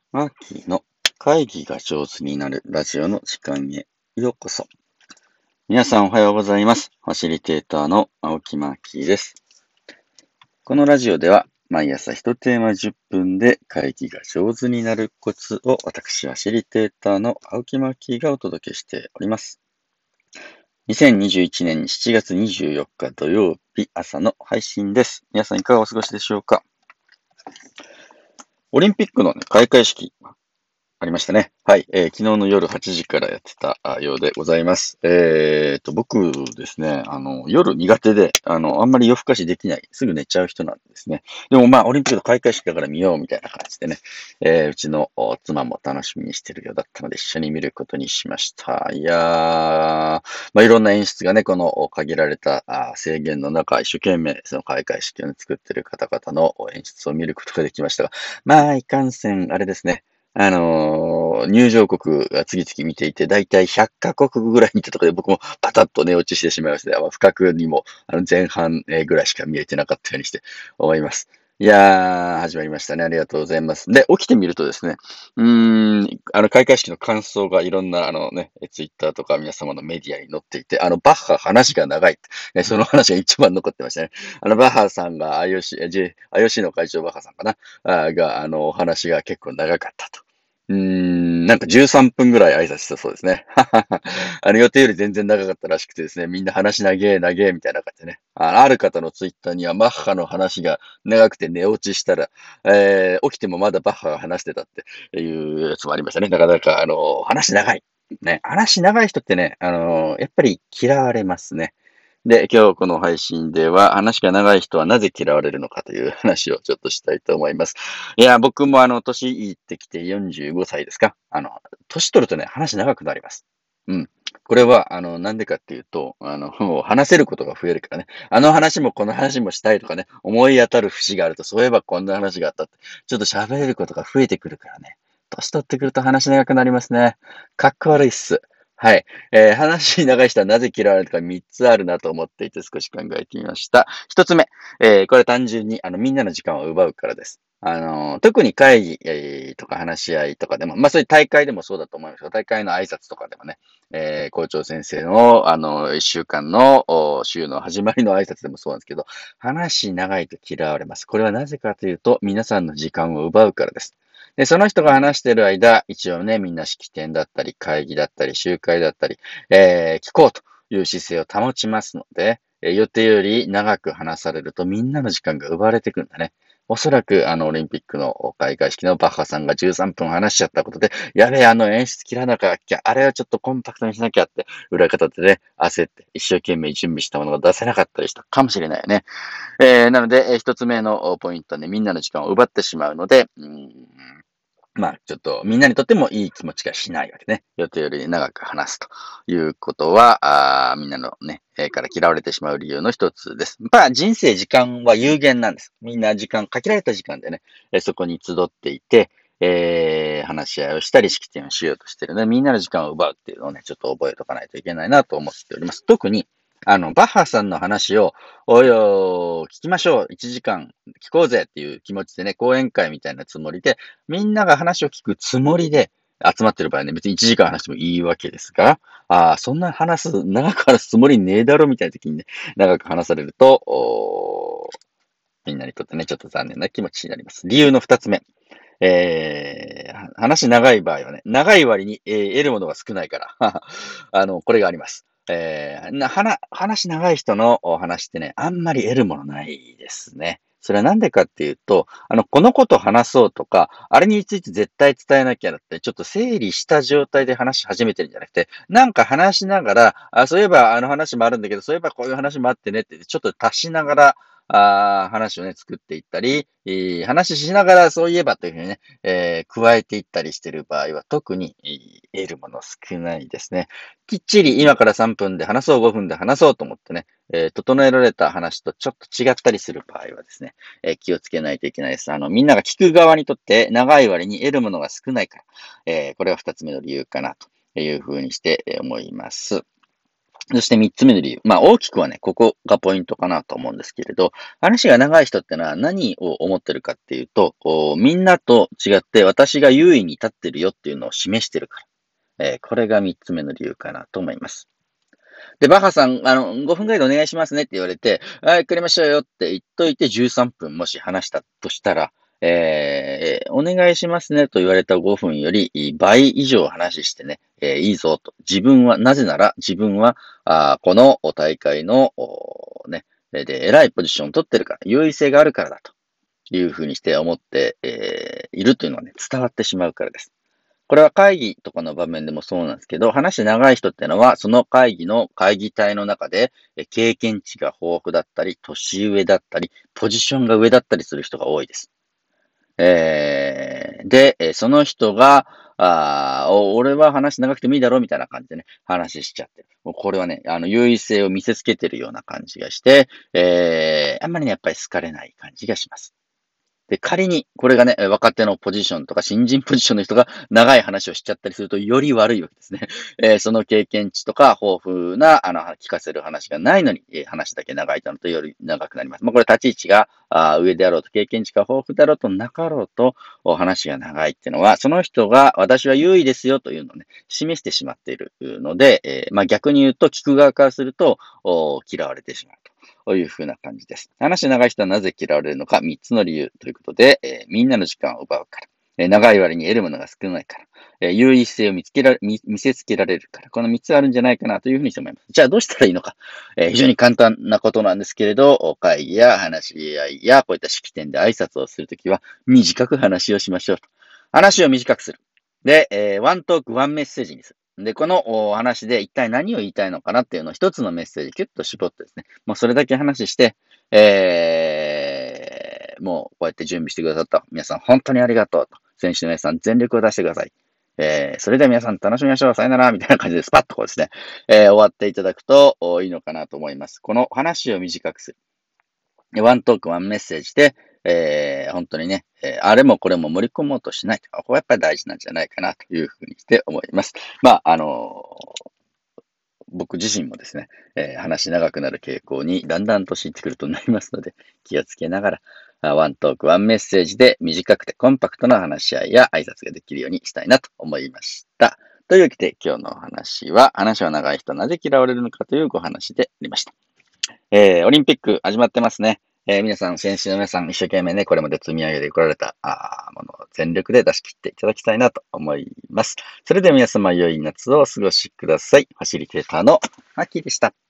マーキーの会議が上手になるラジオの時間へようこそ。皆さんおはようございます。ファシリテーターの青木マーキーです。このラジオでは毎朝一テーマ10分で会議が上手になるコツを私ファシリテーターの青木マーキーがお届けしております。2021年7月24日土曜日朝の配信です。皆さんいかがお過ごしでしょうか？オリンピックの、開会式ありましたね。はい。昨日の夜8時からやってたようでございます。僕ですね、夜苦手で、あんまり夜更かしできない。すぐ寝ちゃう人なんですね。でもまあ、オリンピックの開会式だから見ようみたいな感じでね、うちの妻も楽しみにしてるようだったので、一緒に見ることにしました。いやー、まあ、いろんな演出がね、この限られた制限の中、一生懸命その開会式を、作ってる方々の演出を見ることができましたが、まあ、いかんせん、あれですね。入場国が次々見ていて、だいたい100カ国ぐらいにいたところで僕もパタッと寝落ちしてしまいました。不覚にも前半ぐらいしか見えてなかったようにして思います。いやー、始まりましたね。ありがとうございます。で、起きてみるとですね、開会式の感想がいろんな、ツイッターとか皆様のメディアに載っていて、バッハ話が長いって、その話が一番残ってましたね。バッハさんが IOC の会長バッハさんかな、お話が結構長かったと。なんか13分ぐらい挨拶したそうですね。予定より全然長かったらしくてですね、みんな話長え長えみたいな感じでね。ある方のツイッターにはマッハの話が長くて寝落ちしたら、起きてもまだバッハが話してたっていうやつもありましたね。なかなか、話長い。ね、話長い人ってね、やっぱり嫌われますね。で、今日この配信では話が長い人はなぜ嫌われるのかという話をちょっとしたいと思います。いや、僕も年いってきて45歳ですか。年取るとね、話長くなります。うん。これは、なんでかっていうと、もう話せることが増えるからね。あの話もこの話もしたいとかね、思い当たる節があると、そういえばこんな話があったって、ちょっと喋れることが増えてくるからね。年取ってくると話長くなりますね。かっこ悪いっす。はい。話長い人はなぜ嫌われるか3つあるなと思っていて少し考えてみました。1つ目、これは単純にみんなの時間を奪うからです。特に会議、とか話し合いとかでも、まあそういう大会でもそうだと思いますよ。大会の挨拶とかでもね、校長先生の1週間の週の始まりの挨拶でもそうなんですけど、話長いと嫌われます。これはなぜかというと、皆さんの時間を奪うからです。で、その人が話している間、一応ね、みんな式典だったり、会議だったり、集会だったり、聞こうという姿勢を保ちますので、予定より長く話されるとみんなの時間が奪われていくんだね。おそらく、オリンピックの開会式のバッハさんが13分話しちゃったことで、やべえ、演出切らなきゃ、あれはちょっとコンパクトにしなきゃって、裏方でね、焦って、一生懸命準備したものが出せなかったりしたかもしれないよね。なので、一つ目のポイントはね、みんなの時間を奪ってしまうので、まあ、ちょっとみんなにとってもいい気持ちがしないわけね。予定より長く話すということは、みんなのね、から嫌われてしまう理由の一つです。まあ、人生時間は有限なんです。みんな限られた時間でね、そこに集っていて、話し合いをしたり、式典をしようとしてるので、みんなの時間を奪うっていうのをね、ちょっと覚えておかないといけないなと思っております。特に、バッハさんの話を、おいよ聞きましょう。1時間聞こうぜっていう気持ちでね、講演会みたいなつもりで、みんなが話を聞くつもりで集まってる場合ね、別に1時間話してもいいわけですが、そんな長く話すつもりねえだろみたいな時にね、長く話されると、みんなにとってね、ちょっと残念な気持ちになります。理由の2つ目。話長い場合はね、長い割に、得るものが少ないから。これがあります。話長い人のお話ってね、あんまり得るものないですね。それはなんでかっていうと、このこと話そうとか、あれについて絶対伝えなきゃだって、ちょっと整理した状態で話し始めてるんじゃなくて、なんか話しながら、そういえばあの話もあるんだけど、そういえばこういう話もあってねって、ちょっと足しながら、話をね、作っていったり、話しながらそういえばというふうにね、加えていったりしている場合は、特に、得るもの少ないですね。きっちり今から3分で話そう、5分で話そうと思ってね、整えられた話とちょっと違ったりする場合はですね、気をつけないといけないです。みんなが聞く側にとって長い割に得るものが少ないから、これは2つ目の理由かなというふうにして思います。 そして三つ目の理由。大きくはね、ここがポイントかなと思うんですけれど、話が長い人ってのは何を思ってるかっていうと、みんなと違って私が優位に立ってるよっていうのを示してるから。これが三つ目の理由かなと思います。で、バッハさん、5分ぐらいでお願いしますねって言われて、はい、わかりましたよって言っといて13分もし話したとしたら、お願いしますねと言われた5分より倍以上話してね、いいぞと。なぜなら自分は、この大会の、で、偉いポジションを取ってるから、優位性があるからだというふうにして思って、いるというのはね、伝わってしまうからです。これは会議とかの場面でもそうなんですけど、話長い人ってのは、その会議の会議体の中で、経験値が豊富だったり、年上だったり、ポジションが上だったりする人が多いです。その人が、俺は話長くてもいいだろうみたいな感じでね、話しちゃって。もうこれはね、優位性を見せつけてるような感じがして、あんまりね、やっぱり好かれない感じがします。で、仮に、これがね、若手のポジションとか新人ポジションの人が長い話をしちゃったりすると、より悪いわけですね。その経験値とか豊富な、聞かせる話がないのに、話だけ長いとなるとより長くなります。これ立ち位置が上であろうと、経験値が豊富だろうと、なかろうと、話が長いっていうのは、その人が私は優位ですよというのをね、示してしまっているので、逆に言うと、聞く側からすると、嫌われてしまうと。というふうな感じです。話長い人はなぜ嫌われるのか3つの理由ということで、みんなの時間を奪うから、長い割に得るものが少ないから、優位性を見せつけられるから、この3つあるんじゃないかなというふうに思います。じゃあどうしたらいいのか。非常に簡単なことなんですけれど、会議や話し合いやこういった式典で挨拶をするときは短く話をしましょうと。話を短くする。で、ワントーク、ワンメッセージにする。で、このお話で一体何を言いたいのかなっていうのを一つのメッセージキュッと絞ってですね、もうそれだけ話して、もうこうやって準備してくださった皆さん本当にありがとうと。選手の皆さん全力を出してください。それでは皆さん楽しみましょう。さよならみたいな感じでスパッとこうですね、終わっていただくといいのかなと思います。この話を短くする。ワントーク、ワンメッセージで、本当にね、あれもこれも盛り込もうとしない。ここはやっぱり大事なんじゃないかなというふうにして思います。僕自身もですね、話長くなる傾向にだんだん年いってくるとなりますので、気をつけながら、ワントーク、ワンメッセージで短くてコンパクトな話し合いや挨拶ができるようにしたいなと思いました。というわけで今日のお話は、話は長い人はなぜ嫌われるのかというお話でありました。オリンピック始まってますね。皆さん、選手の皆さん、一生懸命ね、これまで積み上げてこられたものを全力で出し切っていただきたいなと思います。それでは皆様、良い夏をお過ごしください。ファシリテーターのマッキーでした。